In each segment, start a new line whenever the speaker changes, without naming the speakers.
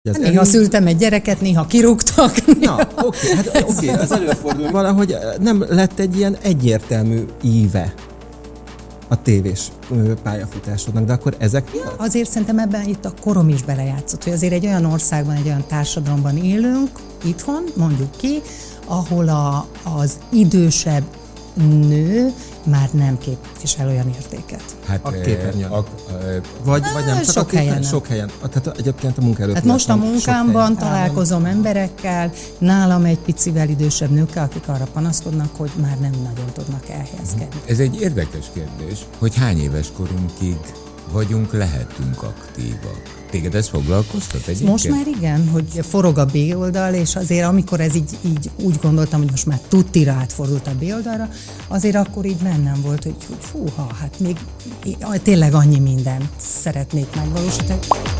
Néha szültem egy gyereket, néha kirúgtak.
Na, oké, az előfordul. Valahogy nem lett egy ilyen egyértelmű íve a tévés pályafutásodnak, de akkor ezek miatt?
Azért szerintem ebben itt a korom is belejátszott, hogy azért egy olyan országban, egy olyan társadalomban élünk, itthon, mondjuk ki, ahol az idősebb nő már nem képvisel olyan értéket.
Hát a képernyőn. Vagy nem, csak sok helyen. Tehát egyébként a munkaerőt.
Hát most a munkámban találkozom emberekkel, nálam egy picivel idősebb nőkkel, akik arra panaszkodnak, hogy már nem nagyon tudnak elhelyezkedni.
Ez egy érdekes kérdés, hogy hány éves korunkig lehetünk aktívak. Téged ez foglalkoztat egyébként?
Most már igen, hogy forog a B-oldal, és azért amikor ez így úgy gondoltam, hogy most már tuttira átfordult a B-oldalra, azért akkor így bennem volt, hogy fúha, hát még tényleg annyi mindent szeretnék megvalósítani.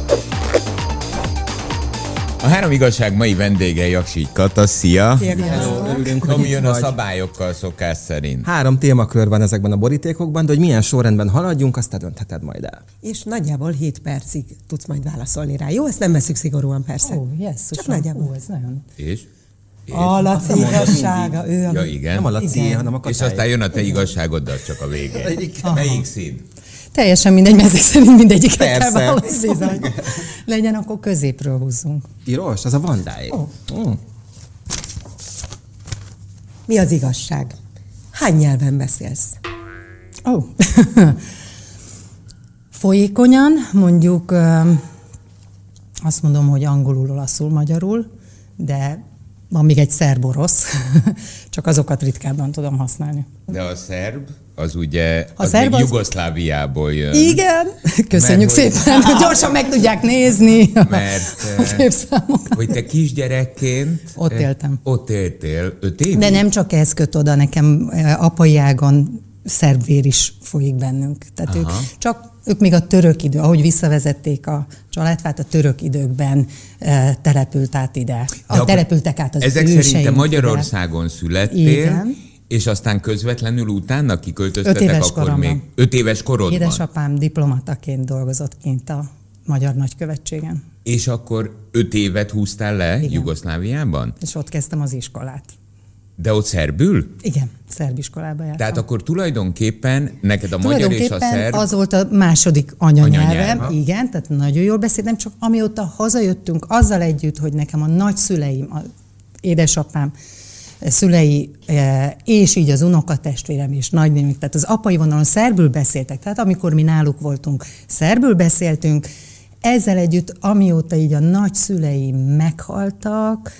A Három igazság mai vendége Jaksich Kata, szia!
Hello, örülünk,
hogy jön a szabályokkal szokás szerint.
3 témakör van ezekben a borítékokban, de hogy milyen sorrendben haladjunk, azt te döntheted majd el.
És nagyjából 7 percig tudsz majd válaszolni rá. Jó, ezt nem veszük szigorúan, persze.
Csak nagyjából. Ez nagyon...
És?
A Laci igazsága.
Ja, igen.
Nem a Laci, hanem a Katály.
És aztán jön a te igazságoddal csak a végén. Melyik szín?
Teljesen mindegy, mert ezek szerint mindegyiket kell válaszolni. Legyen, akkor középről húzzunk.
Piros? Az a Vandáé.
Mi az igazság? Hány nyelven beszélsz?
Folyékonyan, mondjuk azt mondom, hogy angolul, olaszul, magyarul, de van még egy szerb-orosz, csak azokat ritkábban tudom használni.
De a szerb, az ugye
még
Jugoszláviából jön.
Igen, köszönjük szépen, hogy gyorsan meg tudják nézni
mert,
a szépszámokat.
Hogy te kisgyerekként
ott éltem.
Ott éltél 5 évig?
De nem csak ez köt oda, nekem apai ágon szerb vér is folyik bennünk. Tehát ők még a török idő, ahogy visszavezették a családfát, a török időkben települt át ide. Települtek át az
ezek
őseink
szerint te Magyarországon születtél,
igen.
És aztán közvetlenül utána kiköltöztetek
5 éves
akkor
koromban.
még 5 éves korodban.
Édesapám diplomataként dolgozott kint a Magyar Nagykövetségen.
És akkor 5 évet húztál le Jugoszláviában?
És ott kezdtem az iskolát.
De ott szerbül?
Igen, szerb iskolába jártam.
Tehát akkor tulajdonképpen neked a magyar és a szerb...
az volt a második anyanyelvem, igen, tehát nagyon jól beszéltem, csak amióta hazajöttünk azzal együtt, hogy nekem a nagyszüleim, az édesapám szülei, és így az unokatestvérem és nagynémik, tehát az apai vonalon szerbül beszéltek, tehát amikor mi náluk voltunk, szerbül beszéltünk, ezzel együtt, amióta így a nagyszüleim meghaltak,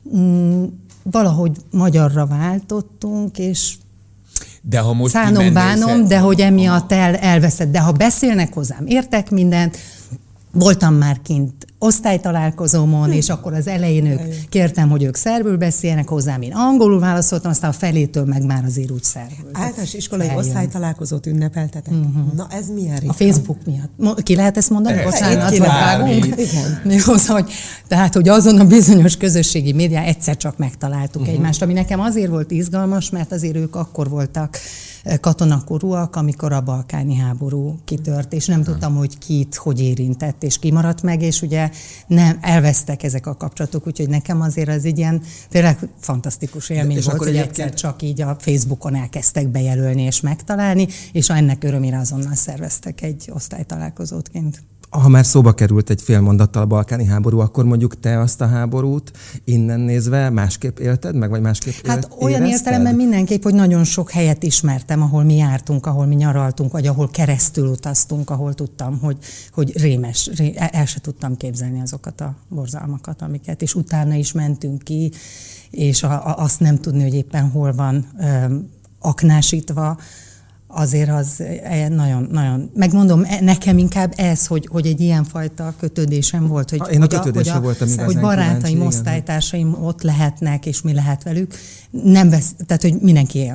valahogy magyarra váltottunk, és
de ha most
bánom, de hogy emiatt elveszett. De ha beszélnek hozzám, értek mindent, voltam már kint osztálytalálkozómon, és akkor az elején kértem, hogy ők szerbül beszéljenek hozzám, én angolul válaszoltam, aztán a felétől meg már azért úgy szerbül.
Általános iskolai osztálytalálkozót ünnepeltetek? Na ez milyen ritka?
A Facebook miatt. Ki lehet ezt mondani? Bocsánat, vagy vágunk?
Igen.
Tehát, hogy azon a bizonyos közösségi médián egyszer csak megtaláltuk egymást, ami nekem azért volt izgalmas, mert azért ők akkor voltak katonakorúak, amikor a balkáni háború kitört, és nem tudtam, hogy kit, hogy érintett, és ki maradt meg, és ugye nem elvesztek ezek a kapcsolatok, úgyhogy nekem azért az egy ilyen tényleg fantasztikus élmény volt, hogy egyszer csak így a Facebookon elkezdtek bejelölni és megtalálni, és ennek örömére azonnal szerveztek egy osztálytalálkozót kint.
Ha már szóba került egy fél mondattal a balkáni háború, akkor mondjuk te azt a háborút innen nézve másképp élted meg, vagy másképp
olyan értelemben mindenképp, hogy nagyon sok helyet ismertem, ahol mi jártunk, ahol mi nyaraltunk, vagy ahol keresztül utaztunk, ahol tudtam, hogy rémes, el se tudtam képzelni azokat a borzalmakat, amiket, és utána is mentünk ki, és azt nem tudni, hogy éppen hol van aknásítva, azért az nagyon, megmondom, nekem inkább ez, hogy egy ilyenfajta kötődésem volt, hogy barátaim, osztálytársaim ott lehetnek, és mi lehet velük. Tehát, hogy mindenki él.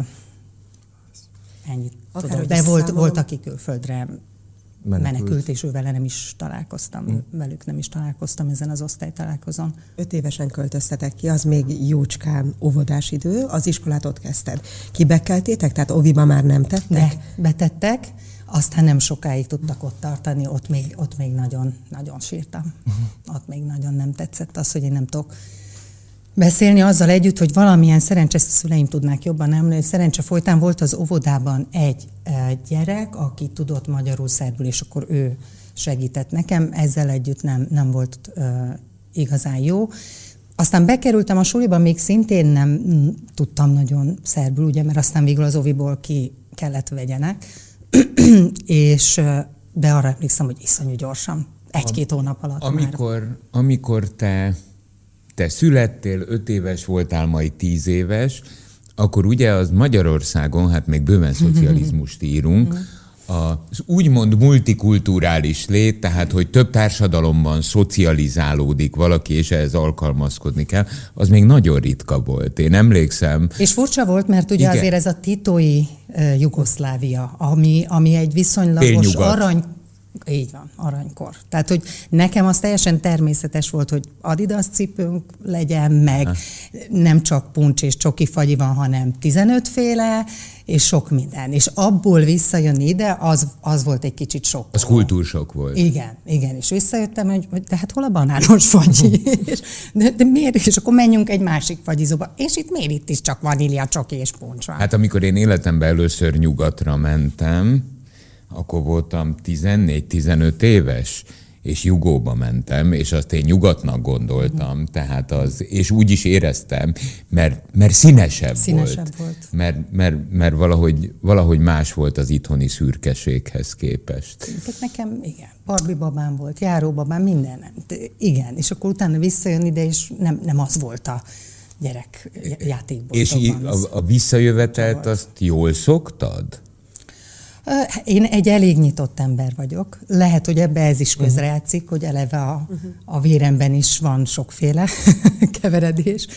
Ennyit tudom. De volt, aki külföldre menekült, és ővele nem is találkoztam, velük nem is találkoztam ezen az osztálytalálkozón.
5 évesen költöztetek ki, az még jócskán óvodás idő, az iskolát ott kezdted. Kibekeltétek? Tehát óviba már nem tettek?
De betettek. aztán nem sokáig tudtak ott tartani, ott még nagyon, nagyon sírtam. Ott még nagyon nem tetszett az, hogy én nem tudok beszélni azzal együtt, hogy valamilyen szerencsés szüleim tudnák jobban emlékezni. Szerencse folytán volt az óvodában egy gyerek, aki tudott magyarul, szerbül, és akkor ő segített nekem. Ezzel együtt nem volt igazán jó. Aztán bekerültem a suliba, még szintén nem tudtam nagyon szerbül, ugye, mert aztán végül az oviból ki kellett vegyenek. De arra emlékszem, hogy iszonyú gyorsan, 1-2 hónap alatt
amikor te születtél, 5 éves voltál, majd 10 éves, akkor ugye az Magyarországon, hát még bőven szocializmust írunk, az úgymond multikulturális lét, tehát hogy több társadalomban szocializálódik valaki, és ehhez alkalmazkodni kell, az még nagyon ritka volt. Én emlékszem.
És furcsa volt, mert ugye azért ez a titói Jugoszlávia, ami egy viszonylagos így van, aranykor. Tehát, hogy nekem az teljesen természetes volt, hogy Adidas cipőnk legyen, meg nem csak puncs és csoki fagyi van, hanem 15 féle, és sok minden. És abból visszajönni ide, az volt egy kicsit sok.
Az kultúrsok volt.
Igen. És visszajöttem, hogy de hát hol a banános fagyi? de miért? És akkor menjünk egy másik fagyizóba. És miért itt is csak vanília, csoki és puncs van?
Hát amikor én életemben először nyugatra mentem, akkor voltam 14-15 éves, és Jugóba mentem, és azt én nyugatnak gondoltam, tehát és úgy is éreztem, mert színesebb volt. Mert valahogy más volt az itthoni szürkeséghez képest.
Tehát nekem, igen, Barbie babám volt, járóbabám, minden. Igen, és akkor utána visszajön ide, és nem az volt a gyerek játékból.
És a visszajövetelt azt jól szoktad?
Én egy elég nyitott ember vagyok. Lehet, hogy ebbe ez is közrejátszik, hogy eleve a véremben is van sokféle keveredés.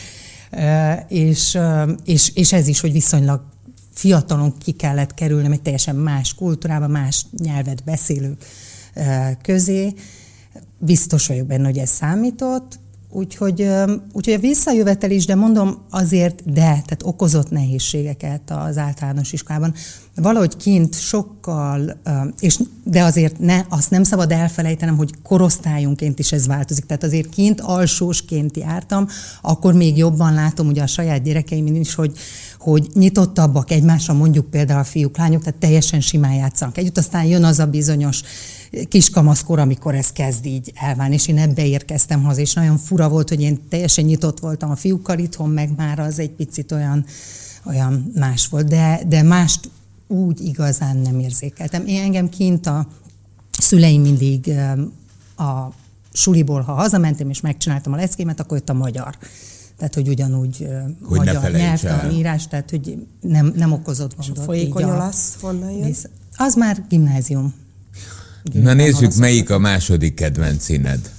És ez is, hogy viszonylag fiatalon ki kellett kerülnem egy teljesen más kultúrába, más nyelvet beszélők közé. Biztos vagyok benne, hogy ez számított. Úgyhogy a visszajövetel is, de mondom azért, tehát okozott nehézségeket az általános iskolában. Valahogy kint sokkal, de azért azt nem szabad elfelejtenem, hogy korosztályunként is ez változik. Tehát azért kint alsósként jártam, akkor még jobban látom ugye a saját gyerekeimin is, hogy nyitottabbak egymásra, mondjuk például a fiúk, lányok, tehát teljesen simán játszanak együtt. Aztán jön az a bizonyos kiskamaszkor, amikor ez kezd így elválni, és én ebbe érkeztem haza, és nagyon fura volt, hogy én teljesen nyitott voltam a fiúkkal itthon, meg már az egy picit olyan más volt, de mást úgy igazán nem érzékeltem. Én engem kint a szüleim mindig a suliból, ha hazamentem, és megcsináltam a leckémet, akkor jött a magyar. Tehát, hogy ugyanúgy
hogy
magyar nyelvtan, írás, tehát, hogy nem okozott gondot.
És a folyékony olasz honnan jön?
Az már gimnázium.
Na nézzük, melyik a második kedvenc színed?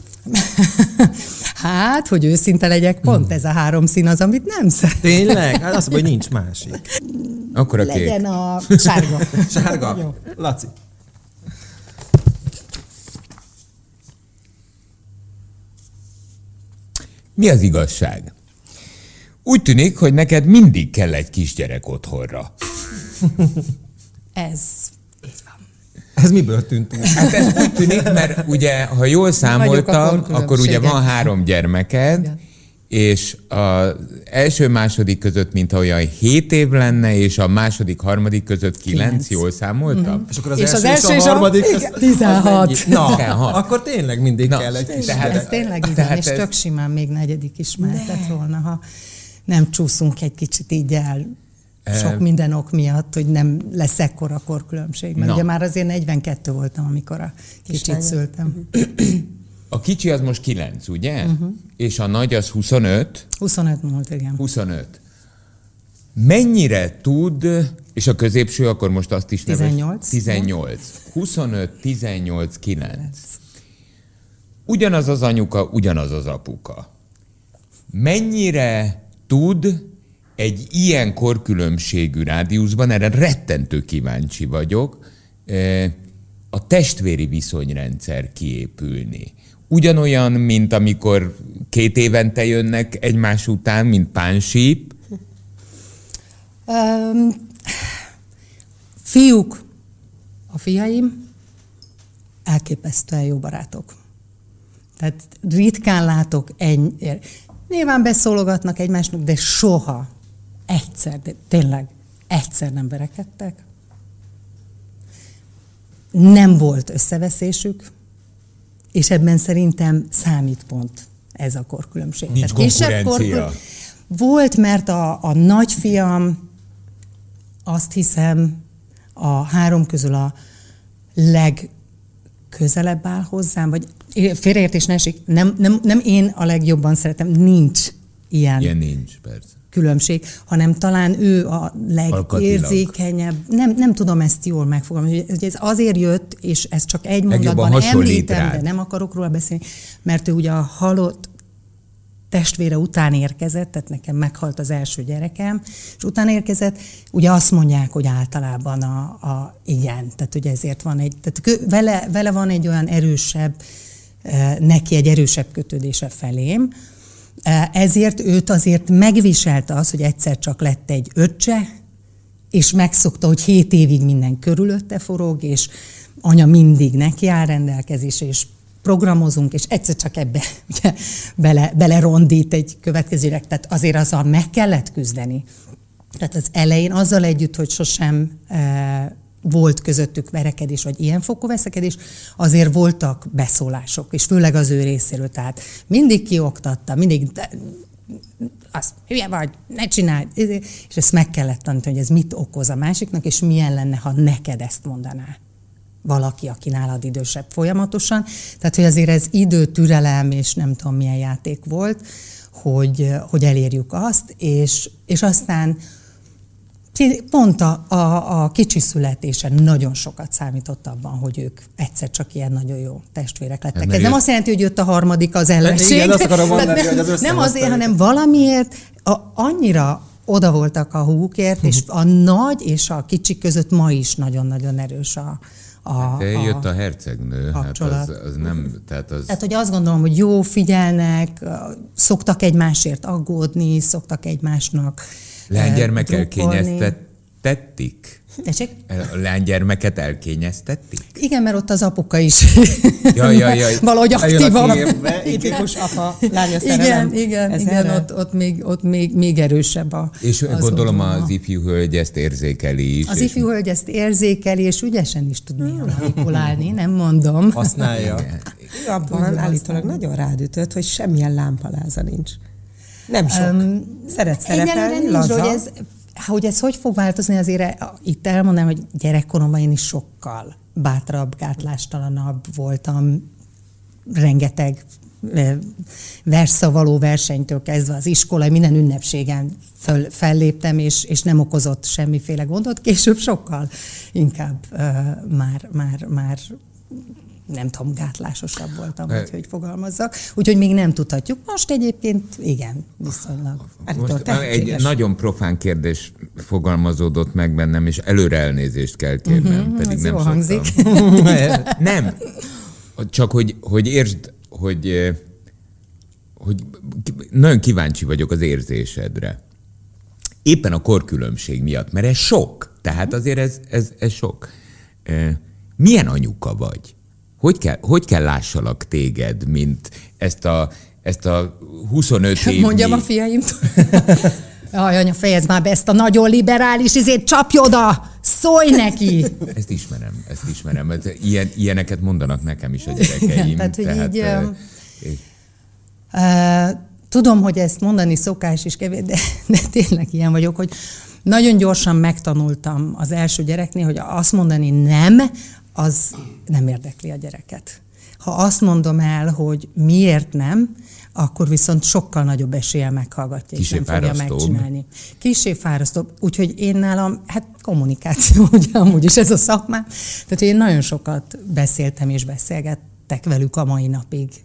Hát, hogy őszinte legyek, pont ez a 3 szín az, amit nem szeretem.
Tényleg? Hát azt mondja, hogy nincs másik.
Akkor a kék.
Legyen a sárga.
Sárga. Laci.
Mi az igazság? Úgy tűnik, hogy neked mindig kell egy kisgyerek otthonra.
Ez így van.
Ez miből tűnt úgy?
Hát ez úgy tűnik, mert ugye, ha jól számoltam, akkor ugye van 3 gyermeked, igen. És az első-második között, mintha olyan 7 év lenne, és a második-harmadik között 9, jól számoltam?
Mm-hmm.
És akkor az első és a harmadik...
16.
Na, akkor tényleg mindig kell egy kis gyerek.
Ez tényleg így van, és tök simán még 4. is mehetett volna, ha nem csúszunk egy kicsit így el. Sok minden ok miatt, hogy nem lesz ekkora korkülönbség. Mert ugye már azért 42 voltam, amikor a kicsit szültem.
A kicsi az most 9, ugye? És a nagy az 25?
25 múlt, igen.
25. Mennyire tud, és a középső akkor most azt is neves?
18.
18. 25, 18, 9. Ugyanaz az anyuka, ugyanaz az apuka. Mennyire tud egy ilyen korkülönbségű rádiuszban, erre rettentő kíváncsi vagyok, a testvéri viszonyrendszer kiépülni. Ugyanolyan, mint amikor 2 évente jönnek egymás után, mint pánsíp?
Fiúk A fiaim elképesztően jó barátok. Tehát ritkán látok nyilván beszólogatnak egymásnak, de soha egyszer, de tényleg egyszer nem verekedtek. Nem volt összeveszésük, és ebben szerintem számít pont ez a korkülönbség.
Nincs konkurencia.
Volt, mert a nagyfiam, azt hiszem, a három közül a legközelebb áll hozzám, vagy félreértés ne esik, nem én a legjobban szeretem, nincs ilyen
nincs, persze.
különbség, hanem talán ő a legérzékenyebb. Nem tudom ezt jól megfogalmazni. Ugye ez azért jött, és ez csak egy mondatban említem, de nem akarok róla beszélni, mert ő ugye a halott testvére után érkezett, tehát nekem meghalt az első gyerekem, és utána érkezett, ugye azt mondják, hogy általában igen, tehát ugye ezért van vele van egy olyan erősebb, neki egy erősebb kötődése felém, ezért őt azért megviselte az, hogy egyszer csak lett egy öccse, és megszokta, hogy 7 évig minden körülötte forog, és anya mindig neki áll rendelkezésre, és programozunk, és egyszer csak ebbe ugye, belerondít egy következő gyerek. Tehát azért azzal meg kellett küzdeni. Tehát az elején azzal együtt, hogy sosem volt közöttük verekedés, vagy ilyen fokú veszekedés, azért voltak beszólások, és főleg az ő részéről. Tehát mindig kioktatta, mindig azt, hülye vagy, ne csinálj. És ezt meg kellett tanítani, hogy ez mit okoz a másiknak, és milyen lenne, ha neked ezt mondaná valaki, aki nálad idősebb folyamatosan. Tehát, hogy azért ez idő, türelem, és nem tudom milyen játék volt, hogy elérjük azt, és aztán pont a kicsi születése nagyon sokat számított abban, hogy ők egyszer csak ilyen nagyon jó testvérek lettek. Ez nem azt jelenti, hogy jött a harmadik az ellenség.
Igen, azt akarom mondani, hogy az
nem azért, hanem valamiért annyira oda voltak a húgukért, és a nagy és a kicsi között ma is nagyon-nagyon erős
jött a hercegnő, hát az nem,
Tehát, hogy azt gondolom, hogy jó, figyelnek, szoktak egymásért aggódni, szoktak egymásnak
Lánygyermek elkényeztették?
Tessék?
A lánygyermeket elkényeztették?
Igen, mert ott az apuka is valahogy aktívabb.
Tipikus apa, lánya szerelem.
Igen, ott még erősebb
és gondolom az ifjú hölgy ezt érzékeli is.
Az ifjú hölgy ezt érzékeli, és ügyesen is tud néha manipulálni, nem mondom.
Használja.
Ő abban állítólag nagyon rádütött, hogy semmilyen lámpaláza nincs. Nem sok. Szeret szerepelni, laza.
Hogy ez hogy fog változni, azért itt elmondanám, hogy gyerekkoromban én is sokkal bátrabb, gátlástalanabb voltam, rengeteg versszavaló versenytől kezdve az iskolai, minden ünnepségen felléptem, és nem okozott semmiféle gondot. Később sokkal inkább már nem tudom, gátlásosabb voltam, hogy fogalmazzak. Úgyhogy még nem tudhatjuk. Most egyébként igen, viszonylag.
Most egy nagyon profán kérdés fogalmazódott meg bennem, és előre elnézést kell kérnem, pedig nem szoktam. Hangzik. Nem. Csak hogy értsd, hogy nagyon kíváncsi vagyok az érzésedre. Éppen a korkülönbség miatt, mert ez sok. Tehát azért ez sok. Milyen anyuka vagy? Hogy kell lássalak téged, mint ezt a 25 évnyi...
Mondjam a fiaimtól. Jaj, anya, fejezd már be ezt a nagyon liberális, csapj oda, szólj neki!
Ezt ismerem. Ilyeneket mondanak nekem is a gyerekeim.
Tudom, hogy ezt mondani szokás is kevés, de tényleg ilyen vagyok, hogy nagyon gyorsan megtanultam az első gyereknél, hogy azt mondani nem, az nem érdekli a gyereket. Ha azt mondom el, hogy miért nem, akkor viszont sokkal nagyobb eséllyel meghallgatja, és nem fogja megcsinálni. Kissé fárasztóbb. Úgyhogy én nálam, kommunikáció, ugye amúgy is ez a szakmám. Tehát én nagyon sokat beszéltem és beszélgettek velük a mai napig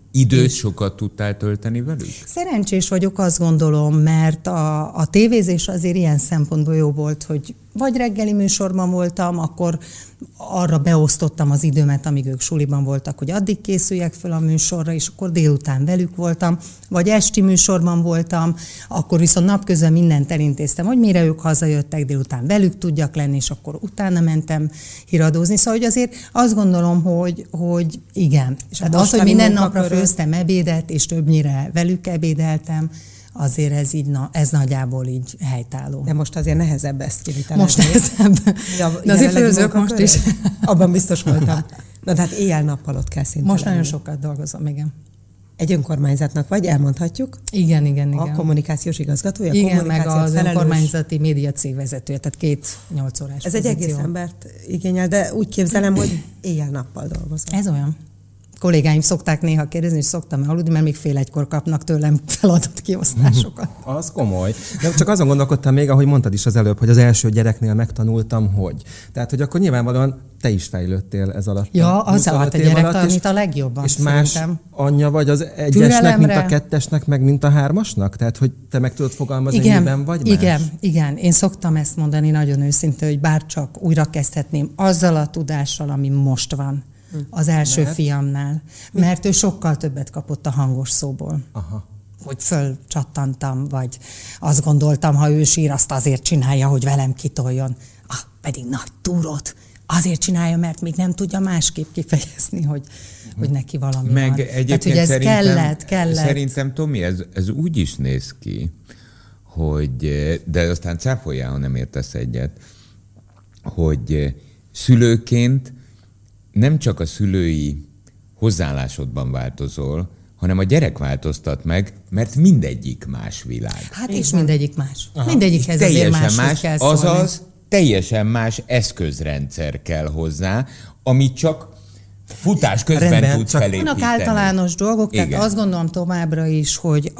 Időt sokat tudtál tölteni velük?
Szerencsés vagyok, azt gondolom, mert a tévézés azért ilyen szempontból jó volt, hogy vagy reggeli műsorban voltam, akkor arra beosztottam az időmet, amíg ők suliban voltak, hogy addig készüljek fel a műsorra, és akkor délután velük voltam, vagy esti műsorban voltam, akkor viszont napközben mindent elintéztem, hogy mire ők hazajöttek, délután velük tudjak lenni, és akkor utána mentem híradózni. Szóval, hogy azért azt gondolom, hogy igen. És hát az, hogy minden napra főztem ebédet, és többnyire velük ebédeltem, azért ez nagyjából így helytálló.
De most azért nehezebb ezt kivitelezni.
Most nehezebb. De azért főzök most is.
Abban biztos voltam. Na, de hát éjjel-nappal ott kell szinte
most
lenni.
nagyon sokat dolgozom, igen.
Egy önkormányzatnak vagy, elmondhatjuk?
Igen.
A kommunikációs igazgatója?
Igen, meg az önkormányzati médiacég vezetője, tehát 2 8 órás
Ez
pozíció.
egy egész embert igényel, de úgy képzelem, hogy éjjel-nappal dolgozom.
Ez olyan. Kollégáim szokták néha kérdezni, és szoktam aludni, mert még 1:30 kapnak tőlem feladatkiosztásokat.
Az komoly. De csak azon gondolkodtam még, ahogy mondtad is az előbb, hogy az első gyereknél megtanultam, hogy. Tehát, hogy akkor nyilvánvalóan te is fejlődtél ez alatt.
Ja, az alatt a gyerek tanít a legjobban.
És
szerintem.
más anyja vagy az egyesnek, mint a kettesnek, meg mint a 3-asnak? Tehát, hogy te meg tudod fogalmazni, hogy miben vagy más?
Igen. Én szoktam ezt mondani nagyon őszintén, hogy bárcsak újra kezdhetném azzal a tudással, ami most van. Az első fiamnál. Mert ő sokkal többet kapott a hangos szóból.
Aha.
Hogy fölcsattantam, vagy azt gondoltam, ha ő sír, azt azért csinálja, hogy velem kitoljon. Pedig nagy túrót. Azért csinálja, mert még nem tudja másképp kifejezni, hogy neki valami
meg
van.
Egyébként
hogy ez kellett.
Szerintem, Tomi, ez úgy is néz ki, hogy, de aztán cáfoljál, ha nem értesz egyet, hogy szülőként nem csak a szülői hozzáállásodban változol, hanem a gyerek változtat meg, mert mindegyik más világ.
Hát és mindegyik más. Aha. Mindegyikhez azért máshoz kell szólni.
Azaz teljesen más eszközrendszer kell hozzá, amit csak futás közben tudsz felépíteni.
Vannak általános dolgok, tehát azt gondolom továbbra is, hogy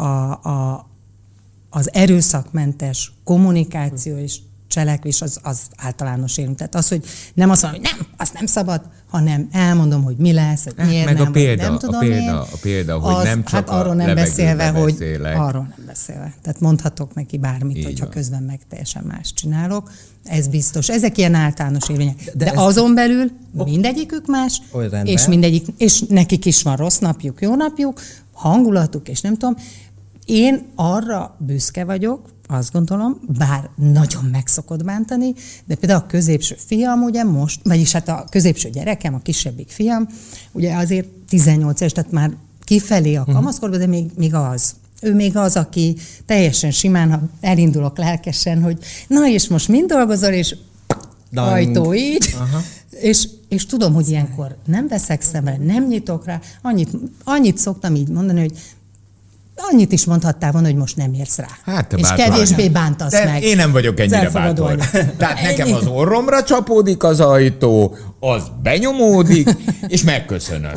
az erőszakmentes kommunikáció és cselekvés az általános élünk. Tehát az, hogy nem azt mondom, hogy nem, azt nem szabad, hanem elmondom, hogy mi lesz, hogy miért
meg
nem,
a példa,
nem tudom
a példa, hogy nem csak
hát arról
a
nem beszélve,
beszélek.
Arról nem beszélve. Tehát mondhatok neki bármit, így hogyha van. Közben meg teljesen más csinálok. Ez biztos. Ezek ilyen általános érvények. De azon belül mindegyikük más, és nekik is van rossz napjuk, jó napjuk, hangulatuk, és nem tudom. Én arra büszke vagyok, azt gondolom, bár nagyon meg szokott bántani, de például a középső fiam ugye most, vagyis hát a középső gyerekem, a kisebbik fiam, ugye azért 18 éves, tehát már kifelé a kamaszkorban, de még az. Ő még az, aki teljesen simán, ha elindulok lelkesen, hogy na és most mind dolgozol, és ajtó így, és tudom, hogy ilyenkor nem veszek szemre, nem nyitok rá, annyit szoktam így mondani, hogy annyit is mondhattál volna, hogy most nem érsz rá.
Hát
és kevésbé bántasz meg.
Én nem vagyok ennyire bátor. Tehát nekem az orromra csapódik az ajtó, az benyomódik, és megköszönöm.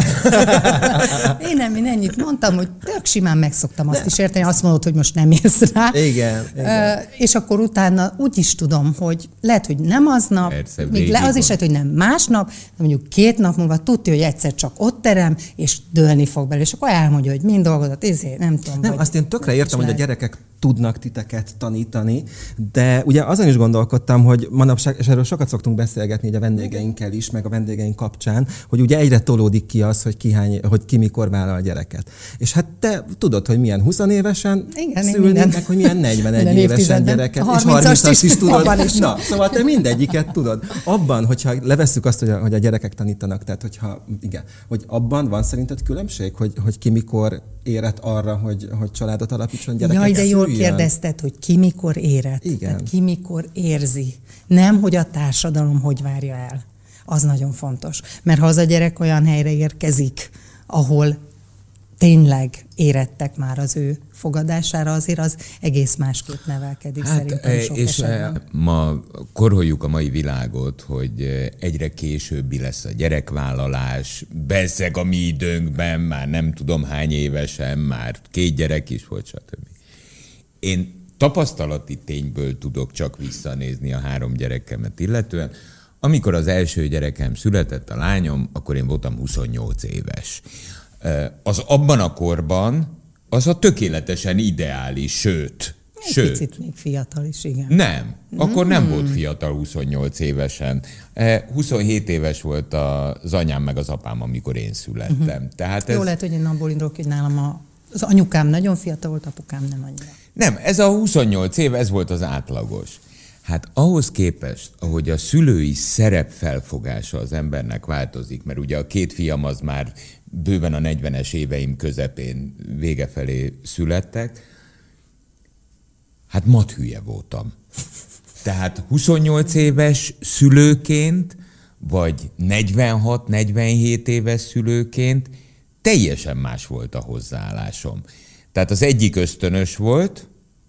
Én ennyit mondtam, hogy tök simán megszoktam azt is érteni, azt mondod, hogy most nem érsz rá.
Igen.
És akkor utána úgy is tudom, hogy lehet, hogy nem aznap,
persze,
még az is lehet, hogy nem másnap, de mondjuk 2 nap múlva tudja, hogy egyszer csak ott terem, és dőlni fog belőle, és akkor elmondja, hogy mind dolgozott, nem tudom.
Nem, azt én tökre értem, hogy a gyerekek tudnak titeket tanítani, de ugye azon is gondolkodtam, hogy manapság, és erről sokat szoktunk beszélgetni így a vendégeinkkel is, meg a vendégeink kapcsán, hogy ugye egyre tolódik ki az, hogy ki mikor vállal a gyereket. És hát te tudod, hogy milyen 20 évesen szülni, meg hogy milyen 41 évesen gyereket, és 30-as is tudod. Na, szóval te mindegyiket tudod. Abban, hogyha levesszük azt, hogy a gyerekek tanítanak, tehát hogy abban van szerinted különbség, hogy ki mikor érett arra, hogy családot alapítson, gyereket
szüljön? Jaj, de jól kérdezted, hogy ki mikor érett.
Igen.
Tehát ki mikor érzi. Nem, hogy a társadalom hogy várja el. Az nagyon fontos. Mert ha az a gyerek olyan helyre érkezik, ahol tényleg érettek már az ő fogadására, azért az egész másképp nevelkedik szerintem sok esetben.
Ma korholjuk a mai világot, hogy egyre későbbi lesz a gyerekvállalás, bezzeg a mi időnkben, már nem tudom hány évesen, már 2 gyerek is volt, stb. Én tapasztalati tényből tudok csak visszanézni a 3 gyerekemet illetően. Amikor az első gyerekem született, a lányom, akkor én voltam 28 éves. Az abban a korban az a tökéletesen ideális, sőt.
Picit még fiatal is, igen.
Nem, akkor nem volt fiatal 28 évesen. 27 éves volt az anyám meg az apám, amikor én születtem. Tehát
Jó, lehet, hogy én abból indulok, hogy nálam az anyukám nagyon fiatal volt, apukám nem annyira.
Nem, ez a 28 év, ez volt az átlagos. Hát ahhoz képest, ahogy a szülői szerep felfogása az embernek változik, mert ugye a 2 fiam az már bőven a 40-es éveim közepén vége felé születtek, hát mathülye voltam. Tehát 28 éves szülőként, vagy 46-47 éves szülőként teljesen más volt a hozzáállásom. Tehát az egyik ösztönös volt,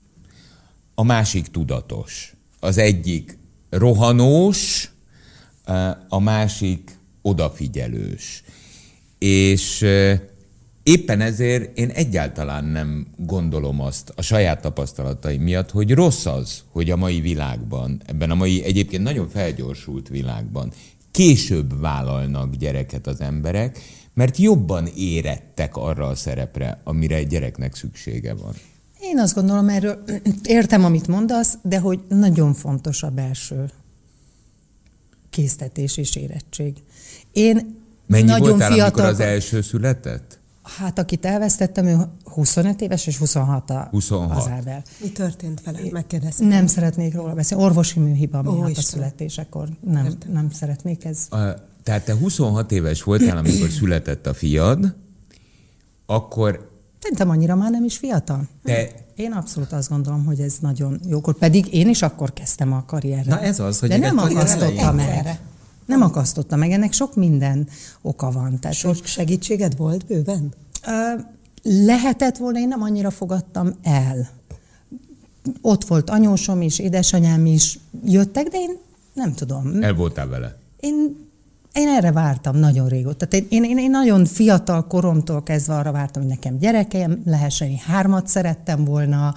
a másik tudatos. Az egyik rohanós, a másik odafigyelős. És éppen ezért én egyáltalán nem gondolom azt a saját tapasztalataim miatt, hogy rossz az, hogy a mai világban, ebben a mai egyébként nagyon felgyorsult világban később vállalnak gyereket az emberek, mert jobban érettek arra a szerepre, amire egy gyereknek szüksége van.
Én azt gondolom erről, értem, amit mondasz, de hogy nagyon fontos a belső késztetés és érettség. Én
Mennyi
nagyon
voltál,
fiatal...
amikor az első született?
Hát akit elvesztettem, ő 25 éves, és 26 az Ábel.
Mi történt veled? Megkérdeztem.
Nem szeretnék róla beszélni. Orvosi műhiba miatt a születésekor. Nem szeretnék ez.
Tehát te 26 éves voltál, amikor született a fiad, akkor...
Szerintem annyira már nem is fiatal. Én abszolút azt gondolom, hogy ez nagyon jókor. Pedig én is akkor kezdtem a karrierre.
Na ez az, hogy...
De nem akasztottam meg. Nem akasztottam meg. Ennek sok minden oka van. Tehát,
sok segítséged volt bőven?
Lehetett volna, én nem annyira fogadtam el. Ott volt anyósom is, édesanyám is jöttek, de én nem tudom.
El voltál vele?
Én erre vártam nagyon régóta. Tehát én nagyon fiatal koromtól kezdve arra vártam, hogy nekem gyerekeim lehessen, én 3 szerettem volna,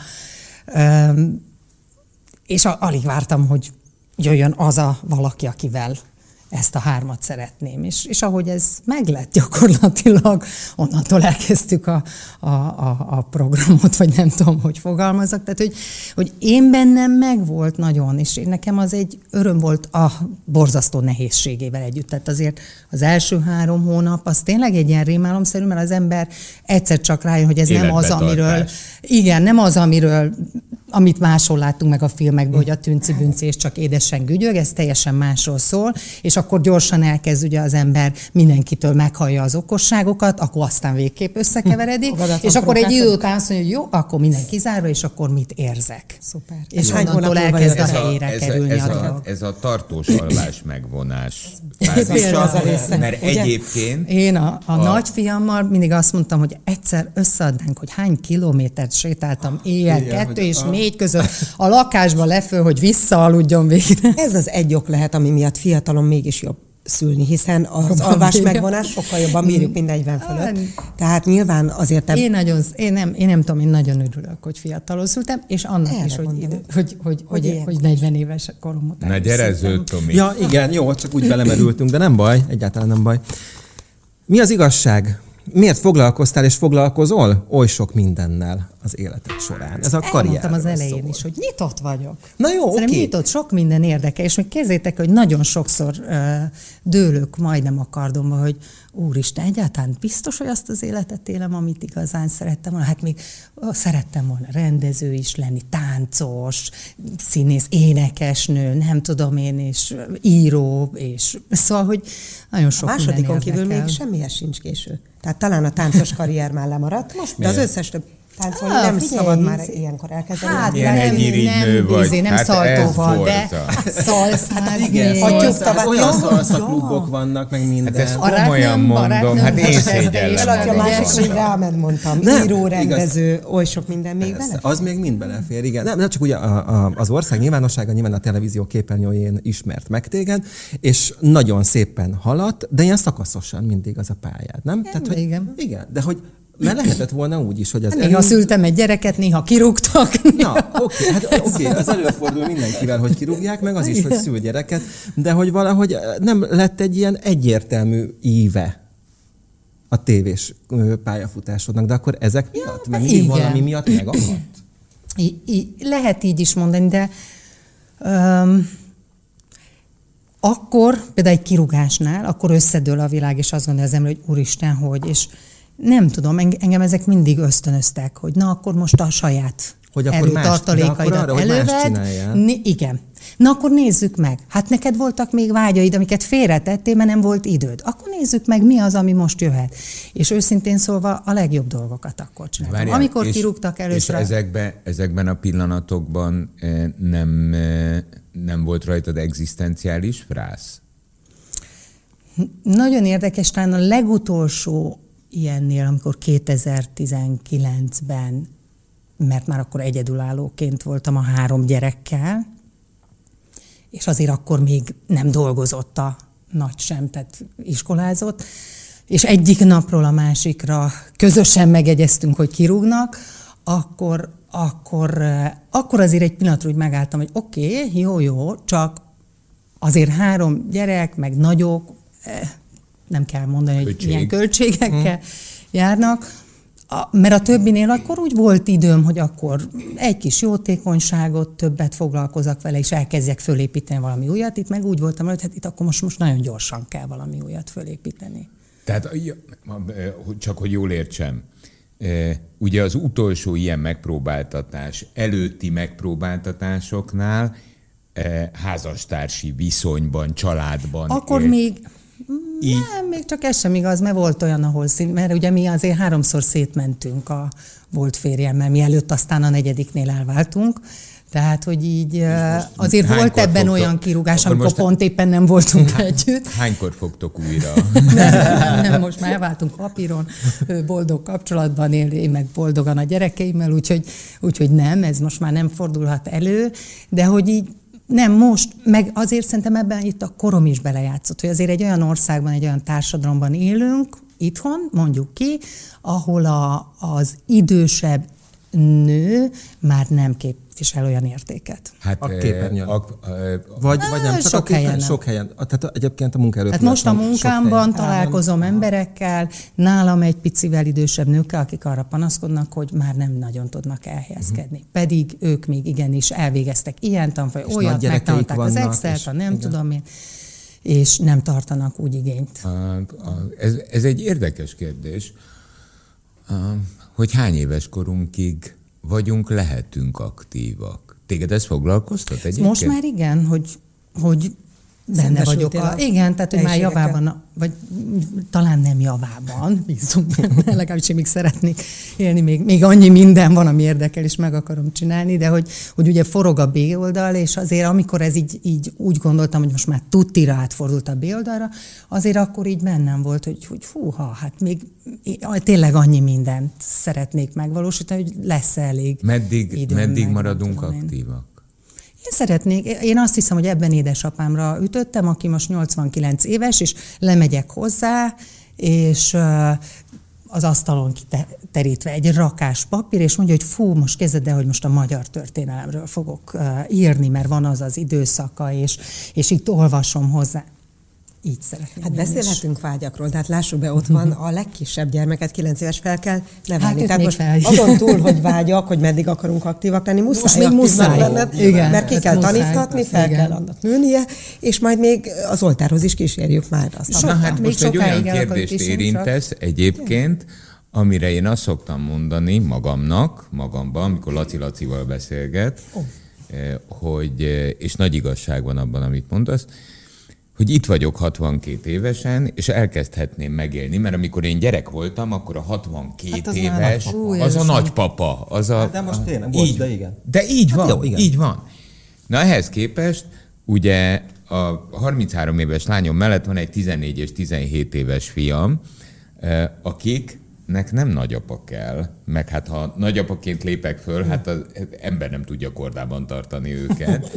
és alig vártam, hogy jöjjön az a valaki, akivel ezt a 3 szeretném. És ahogy ez meglett gyakorlatilag, onnantól elkezdtük a programot, vagy nem tudom, hogy fogalmazok. Tehát, hogy én bennem megvolt nagyon, és nekem az egy öröm volt a borzasztó nehézségével együtt. Tehát azért az első 3 hónap, az tényleg egy ilyen rémálomszerű, mert az ember egyszer csak rájön, hogy ez nem az, amiről... Igen, nem az, amit máshol láttunk meg a filmekben, hogy a tünci-bünci és csak édesen gügyög, ez teljesen másról szól, és akkor gyorsan elkezd ugye az ember mindenkitől meghallja az okosságokat, akkor aztán végképp összekeveredik, és akkor egy idő után azt mondja, hogy jó, akkor minden kizárva, és akkor mit érzek.
Szuper.
És onnantól elkezd a helyére kerülni a dolog.
Ez a tartós alvás megvonás. Mert egyébként...
Én a nagyfiammal mindig azt mondtam, hogy egyszer összeadnánk, hogy hány kilométert sétáltam éjjel, 2 és 4 között a lakásba leföl, hogy visszaaludjon végre.
Ez az egy ok lehet, ami miatt fiatalon mégis jobb szülni, hiszen az alvás megvonás sokkal jobban bírjuk, mint 40 fölött. Tehát nyilván azért...
Én nem tudom, én nagyon örülök, hogy fiatalon szültem, és annak erre is, hogy 40 éves korom után.
Na gyere, Zöld Tomi.
Ja, igen, jó, csak úgy belemerültünk, de nem baj, egyáltalán nem baj. Mi az igazság? Miért foglalkoztál és foglalkozol oly sok mindennel az életed során? Ez a karrier.
Elmondtam az elején is, hogy nyitott vagyok.
Na jó, oké.
Nyitott, sok minden érdekel, és még kezdjétek, hogy nagyon sokszor dőlök majdnem a kardomba, hogy úristen, egyáltalán biztos, hogy azt az életet élem, amit igazán szerettem volna. Hát még szerettem volna rendező is lenni, táncos, színész, énekesnő, nem tudom én, és író, és szóval, hogy nagyon sok minden érdekel.
Másodikon kívül még semmihez sincs késő. Tehát talán a táncos karrier már lemaradt, de az összes több táncolni nem szabad már ilyenkor elkezdeni.
Hát
ilyen egy irigynő vagy.
Nem szaltóval, de szalszázni.
Olyan szalszaklubok vannak, meg minden.
Hát ezt komolyan mondom, hát én szégyellem.
A másik, rámed mondtam, író, rendező, oly sok minden még bele.
Az még mind belefér, igen. Nem csak ugye az ország nyilvánossága, nyilván a televízió képernyőjén ismert meg téged, és nagyon szépen haladt, de ilyen szakaszosan mindig az a pályád, nem? Tehát, hogy, igen, de hogy mert lehetett volna úgy is, hogy az
néha szültem egy gyereket, néha kirúgtak.
Na, oké, az előfordul mindenkivel, hogy kirúgják, meg az is, hogy szül gyereket, de hogy valahogy nem lett egy ilyen egyértelmű íve a tévés pályafutásodnak, de akkor ezek miatt? Mert mindig valami miatt megakadt?
Lehet így is mondani, de akkor, például egy kirúgásnál, akkor összedől a világ, és azt gondolja az ember, hogy úristen, hogy, és nem tudom, engem ezek mindig ösztönöztek, hogy na, akkor most a saját erőtartalékaidat előved. Igen. Na, akkor nézzük meg. Hát neked voltak még vágyaid, amiket félretettél, mert nem volt időd. Akkor nézzük meg, mi az, ami most jöhet. És őszintén szólva a legjobb dolgokat akkor csináltam.
Várjál,
amikor kirúgtak először.
És ezekben a pillanatokban nem volt rajtad egzisztenciális frász?
Nagyon érdekes, talán a legutolsó ilyennél, amikor 2019-ben, mert már akkor egyedülállóként voltam a 3 gyerekkel, és azért akkor még nem dolgozott a nagy sem, tehát iskolázott, és egyik napról a másikra közösen megegyeztünk, hogy kirúgnak, akkor azért egy pillanatra úgy megálltam, hogy oké, jó, csak azért 3 gyerek, meg nagyok, nem kell mondani, hogy ilyen költségekkel járnak, mert a többinél akkor úgy volt időm, hogy akkor egy kis jótékonyságot, többet foglalkozok vele, és elkezdjek fölépíteni valami újat. Itt meg úgy voltam, hogy hát itt akkor most nagyon gyorsan kell valami újat fölépíteni.
Tehát csak hogy jól értsem, ugye az utolsó ilyen megpróbáltatás előtti megpróbáltatásoknál házastársi viszonyban, családban
akkor még... Nem, még csak ez sem igaz, mert volt olyan, mert ugye mi azért 3-szor szétmentünk a volt férjemmel, mielőtt aztán a 4-nél elváltunk. Tehát, hogy így azért volt ebben olyan kirúgás, amikor pont éppen nem voltunk együtt.
Hánykor fogtok újra?
Nem, most már elváltunk papíron, boldog kapcsolatban él, én meg boldogan a gyerekeimmel, úgyhogy nem, ez most már nem fordulhat elő, de hogy így nem most, meg azért szerintem ebben itt a korom is belejátszott, hogy azért egy olyan országban, egy olyan társadalomban élünk, itthon, mondjuk ki, ahol az idősebb nő már nem képvisel olyan értéket.
Hát a képernyőn. Vagy nem, csak sok helyen. Tehát egyébként a munkaerőpiacon.
Hát most a munkámban találkozom emberekkel, nálam egy picivel idősebb nőkkel, akik arra panaszkodnak, hogy már nem nagyon tudnak elhelyezkedni. Pedig ők még igenis elvégeztek ilyen tanfoly, olyat, megtanulták az Excel-t, nem tudom én, és nem tartanak úgy igényt.
Ez egy érdekes kérdés, hogy hány éves korunkig lehetünk aktívak. Téged ez foglalkoztat egyébként?
Most már igen, hogy benne vagyok. Igen, tehát hogy már javában, vagy talán nem javában, bízunk benne, legalábbis én még szeretnék élni, még annyi minden van, ami érdekel, és meg akarom csinálni, de hogy ugye forog a B-oldal, és azért amikor ez így úgy gondoltam, hogy most már tuttira átfordult a B-oldalra, azért akkor így bennem volt, hogy húha, hát még tényleg annyi mindent szeretnék megvalósítani, hogy lesz elég időm.
Meddig maradunk aktívak?
Én szeretnék, én azt hiszem, hogy ebben édesapámra ütöttem, aki most 89 éves, és lemegyek hozzá, és az asztalon kiterítve egy rakás papír, és mondja, hogy fú, most kezded el, hogy most a magyar történelemről fogok írni, mert van az időszaka, és itt olvasom hozzá. Így szeretném.
Hát beszélhetünk vágyakról, tehát lássuk be, ott van a legkisebb gyermeket, 9 éves fel kell nevelni. Hát tehát most azon túl, hogy vágyak, hogy meddig akarunk aktívak lenni, muszáj lenned, mert ki kell tanítatni, fel kell annak nőnie, és majd még az oltárhoz is kísérjük már azt.
Hát most egy olyan kérdést érintesz egyébként, amire én azt szoktam mondani magamban, amikor Laci-Lacival beszélget, hogy, és nagy igazság van abban, amit mondasz, hogy itt vagyok 62 évesen, és elkezdhetném megélni, mert amikor én gyerek voltam, akkor a 62 éves, az a nagypapa.
De most tényleg volt, de igen.
De így van, jó, így van. Na ehhez képest, ugye a 33 éves lányom mellett van egy 14 és 17 éves fiam, akiknek nem nagyapa kell, meg hát ha nagyapaként lépek föl, hát az ember nem tudja kordában tartani őket.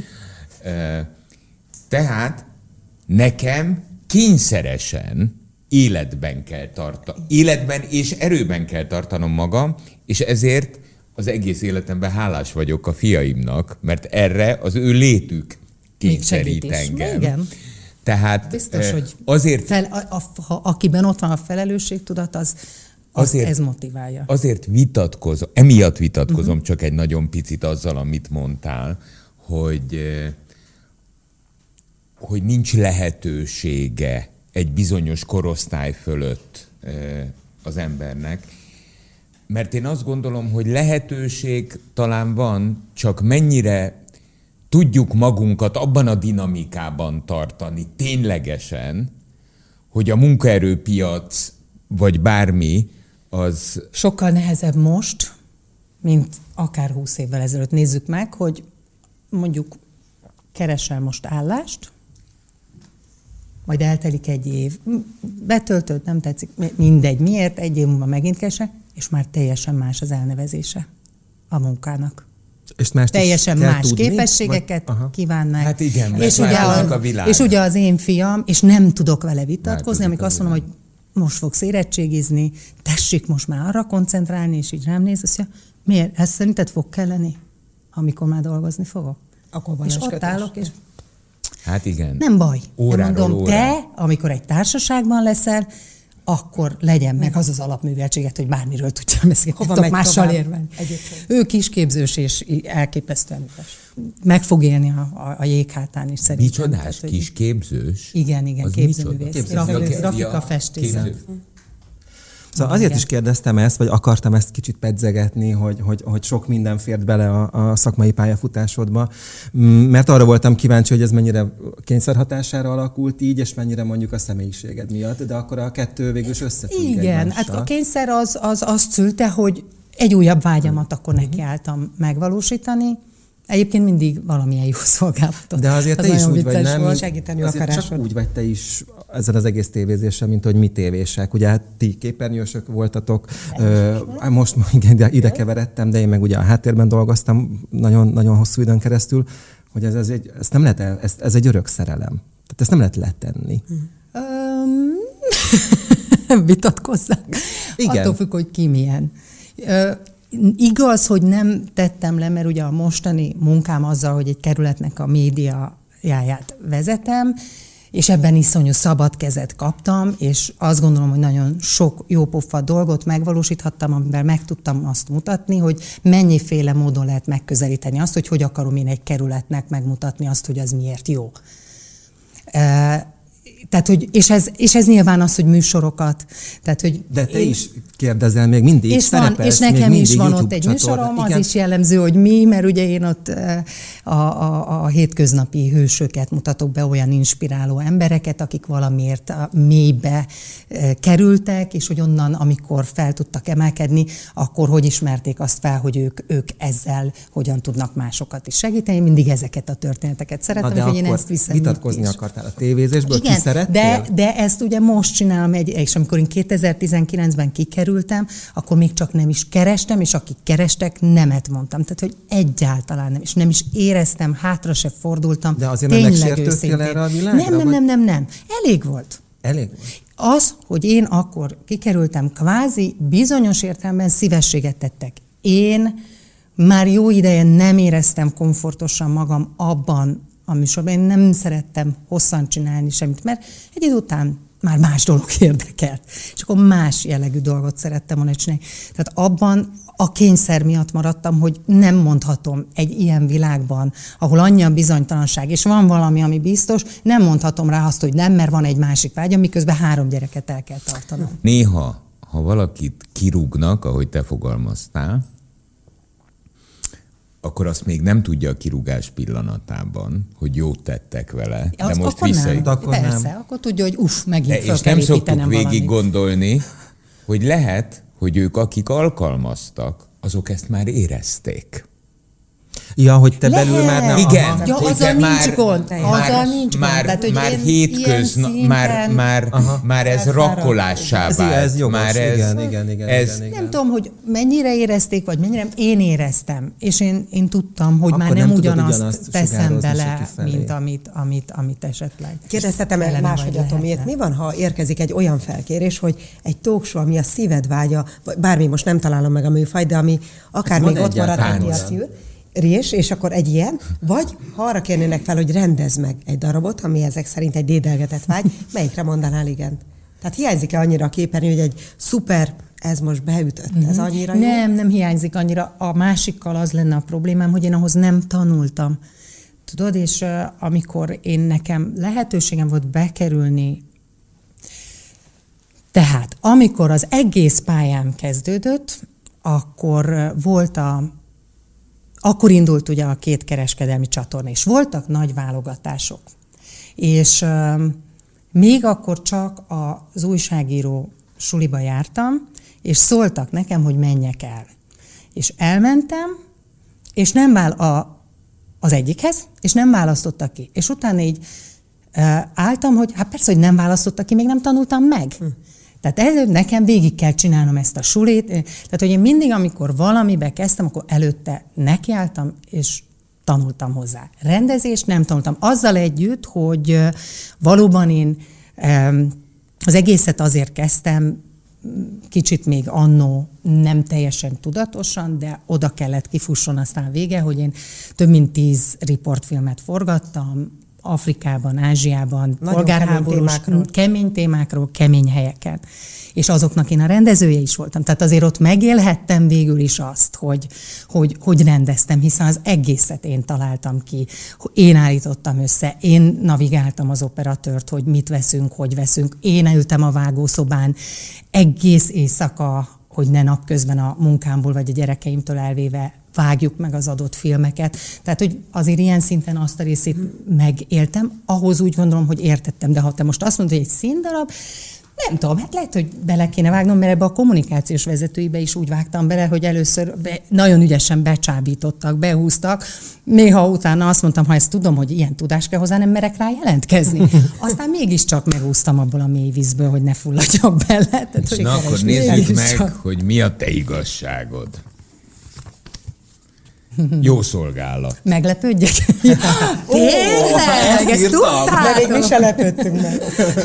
Tehát nekem kényszeresen életben és erőben kell tartanom magam, és ezért az egész életemben hálás vagyok a fiaimnak, mert erre az ő létük kényszerít engem.
Igen.
Tehát
biztos, hogy
azért...
akiben ott van a felelősségtudat, az ez motiválja.
Azért emiatt vitatkozom csak egy nagyon picit azzal, amit mondtál, hogy nincs lehetősége egy bizonyos korosztály fölött az embernek. Mert én azt gondolom, hogy lehetőség talán van, csak mennyire tudjuk magunkat abban a dinamikában tartani ténylegesen, hogy a munkaerőpiac, vagy bármi, az...
Sokkal nehezebb most, mint akár 20 évvel ezelőtt. Nézzük meg, hogy mondjuk keresel most állást, majd eltelik egy év, betöltöd, nem tetszik, mindegy, miért, egy év múlva megint keresel, és már teljesen más az elnevezése a munkának.
És mást
teljesen más tudni, képességeket kíván meg.
Hát igen,
és ugye az én fiam, és nem tudok vele vitatkozni, amikor azt mondom, hogy most fogsz érettségizni, tessék most már arra koncentrálni, és így rám néz, azt mondja, miért? Ez szerinted fog kelleni, amikor már dolgozni fogok?
Akkor van
és ott állok, és
hát igen.
nem baj.
Óráról
mondom, te, amikor egy társaságban leszel, akkor legyen meg az az alapműveltséget, hogy bármiről tudjam beszélni. Hova mással érvelni. Ő kisképzős és elképesztően meg fog élni a jéghátán is szerintem.
Micsodás? Kisképzős?
Igen, képzőművész. Grafikafestés.
Szóval azért is kérdeztem ezt, vagy akartam ezt kicsit pedzegetni, hogy sok minden fért bele a szakmai pályafutásodba, mert arra voltam kíváncsi, hogy ez mennyire kényszerhatására alakult így, és mennyire mondjuk a személyiséged miatt, de akkor a kettő végül is összefügg
Igen,
egymással.
hát a kényszer az azt szülte, hogy egy újabb vágyamat akkor nekiálltam megvalósítani. Egyébként mindig valamilyen jó szolgálatot.
De azért te is úgy vagy, nem?
Segíteni
azért csak úgy vagy te is ezzel az egész tévézéssel, mint hogy mi tévések. Ugye hát ti képernyősök voltatok, most igen, ide keveredtem, de én meg ugye a háttérben dolgoztam nagyon, nagyon hosszú időn keresztül, hogy ez nem lehet, ez egy örök szerelem. Tehát ezt nem lehet letenni.
Vitatkozzak. Igen. Attól függ, hogy ki milyen. Igaz, hogy nem tettem le, mert ugye a mostani munkám azzal, hogy egy kerületnek a médiáját vezetem, és ebben iszonyú szabad kezet kaptam, és azt gondolom, hogy nagyon sok jópofa dolgot megvalósíthattam, amivel meg tudtam azt mutatni, hogy mennyiféle módon lehet megközelíteni azt, hogy akarom én egy kerületnek megmutatni azt, hogy az miért jó. Tehát, hogy, és ez nyilván az, hogy műsorokat. Tehát, hogy
de te is kérdezel még mindig,
és szerepelsz, és nekem is van ott egy műsorom, az is jellemző, hogy mi, mert ugye én ott a hétköznapi hősöket mutatok be, olyan inspiráló embereket, akik valamiért a mélybe kerültek, és hogy onnan, amikor fel tudtak emelkedni, akkor hogy ismerték azt fel, hogy ők ezzel hogyan tudnak másokat is segíteni. Mindig ezeket a történeteket szeretem, hogy én ezt viszem.
Vitatkozni akartál a tévézésből,
igen, de ezt ugye most csinálom, és amikor én 2019-ben kikerültem, akkor még csak nem is kerestem, és akik kerestek, nemet mondtam. Tehát, hogy egyáltalán nem, és nem is éreztem, hátra se fordultam.
De azért nem megsértődtél erre a világra?
Nem. Elég volt. Az, hogy én akkor kikerültem, kvázi bizonyos értelemben szívességet tettek. Én már jó ideje nem éreztem komfortosan magam abban a műsorban. Én nem szerettem hosszan csinálni semmit, mert egy idő után már más dolog érdekelt. És akkor más jellegű dolgot szerettem volna csinálni. Tehát abban a kényszer miatt maradtam, hogy nem mondhatom egy ilyen világban, ahol annyi a bizonytalanság, és van valami, ami biztos, nem mondhatom rá azt, hogy nem, mert van egy másik vágyam, miközben 3 gyereket el kell tartanom.
Néha, ha valakit kirúgnak, ahogy te fogalmaztál, akkor azt még nem tudja a kirúgás pillanatában, hogy jót tettek vele. De most
akkor nem. Persze, akkor tudja, hogy megint fel
és
kell
nem szoktuk
valamit.
végig gondolni, hogy lehet, hogy ők, akik alkalmaztak, azok ezt már érezték.
Ja, hogy te belül már nem...
Igen.
Ja, azzal nincs gond. Azzal nincs gond.
Már hétköznap, már ez rakkolássá vált.
Ez jogos, igen.
Nem tudom, hogy mennyire érezték, vagy mennyire én éreztem. És én tudtam, hogy akkor már nem ugyanazt teszem bele, mint amit esetleg.
Kérdeztetem el máshogy a Tomiét. Mi van, ha érkezik egy olyan felkérés, hogy egy talk show, ami a szíved vágya, bármi, most nem találom meg a műfajt, de ami akár még ott maradt, mint a szűr, rés, és akkor egy ilyen, vagy ha arra kérnének fel, hogy rendezd meg egy darabot, ami ezek szerint egy dédelgetett vágy, melyikre mondanál igen? Tehát hiányzik-e annyira a képernyő, hogy egy szuper, ez most beütött, ez annyira jó?
Nem hiányzik annyira. A másikkal az lenne a problémám, hogy én ahhoz nem tanultam. Tudod, és amikor nekem lehetőségem volt bekerülni, tehát amikor az egész pályám kezdődött, akkor akkor indult ugye a 2 kereskedelmi csatorna, és voltak nagy válogatások. És még akkor csak az újságíró suliba jártam, és szóltak nekem, hogy menjek el. És elmentem, és nem az egyikhez, és nem választottak ki. És utána így álltam, hogy hát persze, hogy nem választottak ki, még nem tanultam meg. Tehát előbb nekem végig kell csinálnom ezt a sulit. Tehát, hogy én mindig, amikor valamibe kezdtem, akkor előtte nekiálltam, és tanultam hozzá. Rendezést nem tanultam. Azzal együtt, hogy valóban én az egészet azért kezdtem, kicsit még annó nem teljesen tudatosan, de oda kellett kifusson aztán vége, hogy én több mint 10 riportfilmet forgattam, Afrikában, Ázsiában, polgárháborús, kemény témákról, kemény helyeken. És azoknak én a rendezője is voltam. Tehát azért ott megélhettem végül is azt, hogy rendeztem, hiszen az egészet én találtam ki. Én állítottam össze, én navigáltam az operatőrt, hogy mit veszünk, hogy veszünk. Én ültem a vágószobán egész éjszaka, hogy ne napközben a munkámból vagy a gyerekeimtől elvéve vágjuk meg az adott filmeket. Tehát, hogy azért ilyen szinten azt a részét megéltem, ahhoz úgy gondolom, hogy értettem. De ha te most azt mondod, hogy egy színdarab, nem tudom, hát lehet, hogy bele kéne vágnom, mert ebbe a kommunikációs vezetőibe is úgy vágtam bele, hogy először nagyon ügyesen becsábítottak, behúztak. Néha utána azt mondtam, ha ezt tudom, hogy ilyen tudás kell hozzá, nem merek rá jelentkezni. Aztán mégiscsak megúsztam abból a mély vízből, hogy ne fulladjak bele. Tehát,
na akkor nézzük meg, hogy mi a te igazságod. Jó szolgálat.
Meglepődjek? Tényleg? Ezt tudtátok?
De még mi se lepődtünk meg.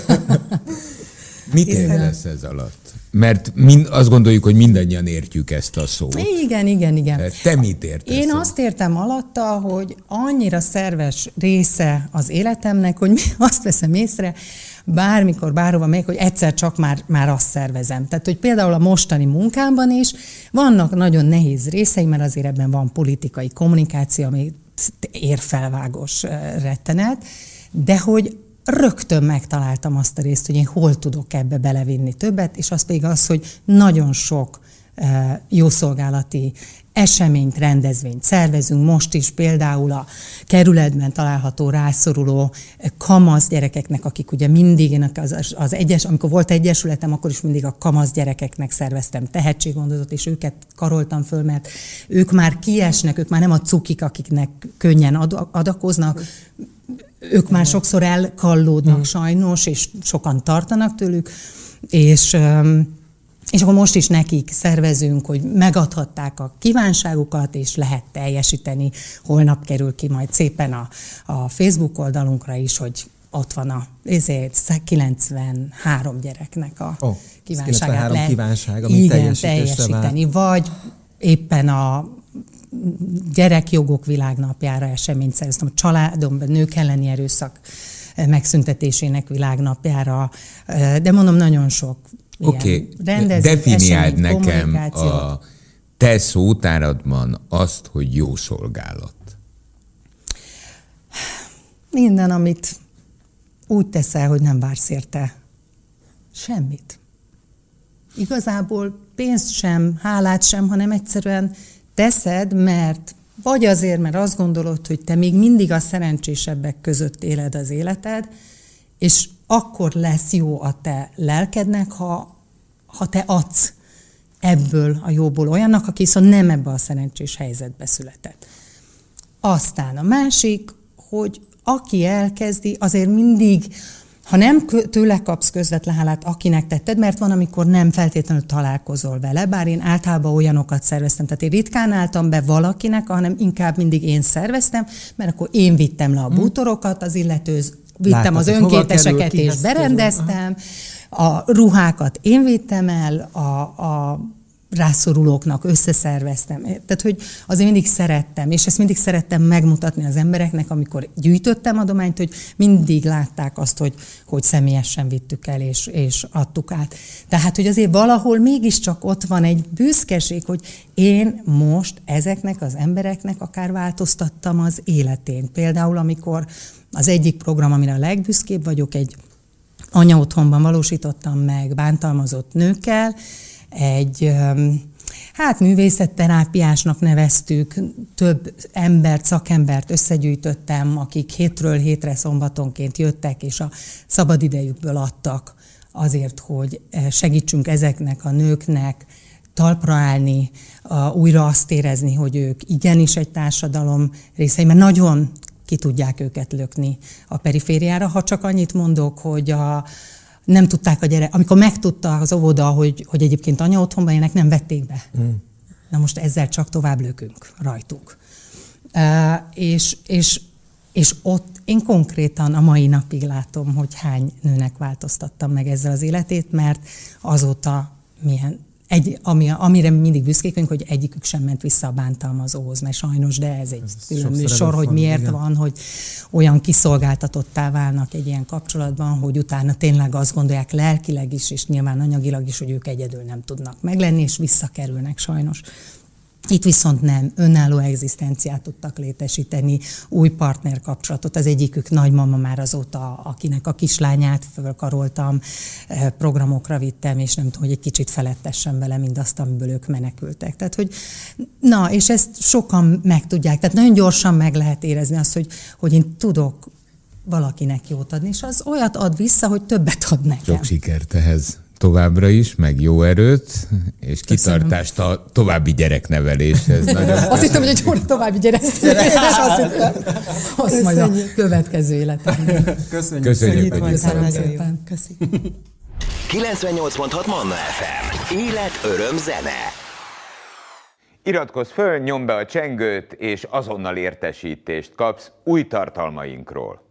Mit értesz ez alatt? Mert azt gondoljuk, hogy mindannyian értjük ezt a szót.
Igen.
Te mit értesz?
Én azt értem alatta, hogy annyira szerves része az életemnek, hogy azt veszem észre, bármikor, bárhova megyek, hogy egyszer csak már azt szervezem. Tehát, hogy például a mostani munkámban is vannak nagyon nehéz részei, mert azért ebben van politikai kommunikáció, ami érfelvágos rettenet, de hogy rögtön megtaláltam azt a részt, hogy én hol tudok ebbe belevinni többet, és az pedig az, hogy nagyon sok jószolgálati eseményt, rendezvényt szervezünk. Most is például a kerületben található rászoruló kamasz gyerekeknek, akik ugye mindig, én amikor volt egyesületem, akkor is mindig a kamasz gyerekeknek szerveztem tehetséggondozót, és őket karoltam föl, mert ők már kiesnek, ők már nem a cukik, akiknek könnyen adakoznak, ők már sokszor elkallódnak sajnos, és sokan tartanak tőlük, és akkor most is nekik szervezünk, hogy megadhatták a kívánságukat, és lehet teljesíteni. Holnap kerül ki majd szépen a Facebook oldalunkra is, hogy ott van 93 gyereknek a kívánságát lehet
kívánság, amit
teljesíteni. Vagy éppen a gyerekjogok világnapjára eseményt szerveztem, a családomban nők elleni erőszak megszüntetésének világnapjára, de mondom, nagyon sok
Oké, definiáld nekem a te szótáradban azt, hogy jó szolgálat.
Minden, amit úgy teszel, hogy nem vársz érte semmit. Igazából pénzt sem, hálát sem, hanem egyszerűen teszed, mert vagy azért, mert azt gondolod, hogy te még mindig a szerencsésebbek között éled az életed, és akkor lesz jó a te lelkednek, ha te adsz ebből a jóból olyannak, aki viszont nem ebbe a szerencsés helyzetbe született. Aztán a másik, hogy aki elkezdi, azért mindig, ha nem tőle kapsz közvetlen hálát, akinek tetted, mert van, amikor nem feltétlenül találkozol vele, bár én általában olyanokat szerveztem, tehát én ritkán álltam be valakinek, hanem inkább mindig én szerveztem, mert akkor én vittem le a bútorokat, az illetőz vittem az önkénteseket és berendeztem, a ruhákat én vittem el, a rászorulóknak összeszerveztem. Tehát, hogy azért mindig szerettem, és ezt mindig szerettem megmutatni az embereknek, amikor gyűjtöttem adományt, hogy mindig látták azt, hogy személyesen vittük el, és adtuk át. Tehát, hogy azért valahol mégiscsak ott van egy büszkeség, hogy én most ezeknek az embereknek akár változtattam az életén. Például, amikor az egyik program, amire a legbüszkébb vagyok, egy anyaotthonban valósítottam meg bántalmazott nőkkel, egy művészetterápiásnak neveztük, több szakembert összegyűjtöttem, akik hétről hétre szombatonként jöttek, és a szabadidejükből adtak azért, hogy segítsünk ezeknek a nőknek talpra állni, újra azt érezni, hogy ők igenis egy társadalom részei, mert nagyon ki tudják őket lökni a perifériára. Ha csak annyit mondok, hogy nem tudták a gyerek, amikor megtudta az óvoda, hogy egyébként anyaotthonban élnek, nem vették be. Na most ezzel csak tovább lökünk rajtuk. És ott én konkrétan a mai napig látom, hogy hány nőnek változtattam meg ezzel az életét, mert azóta amire mindig büszkék vagyunk, hogy egyikük sem ment vissza a bántalmazóhoz, mert sajnos, de ez egy külön műsor, hogy miért igen. van, hogy olyan kiszolgáltatottá válnak egy ilyen kapcsolatban, hogy utána tényleg azt gondolják lelkileg is, és nyilván anyagilag is, hogy ők egyedül nem tudnak meglenni, és visszakerülnek sajnos. Itt viszont nem, önálló egzisztenciát tudtak létesíteni, új partnerkapcsolatot. Az egyikük nagymama már azóta, akinek a kislányát fölkaroltam, programokra vittem, és nem tudom, hogy egy kicsit felettessem vele mindazt, amiből ők menekültek. Tehát, hogy és ezt sokan megtudják. Tehát nagyon gyorsan meg lehet érezni azt, hogy én tudok valakinek jót adni, és az olyat ad vissza, hogy többet ad nekem.
Sok sikert ehhez továbbra is, meg jó erőt, és kitartást a további gyerekneveléshez.
Azt hittem, hogy egy további gyereknevelés, azt hittem. Azt majd a következő életemben.
Köszönjük, hogy
szépen.
98.6 Manna FM. Élet, öröm, zene.
Iratkozz föl, nyomd be a csengőt, és azonnal értesítést kapsz új tartalmainkról.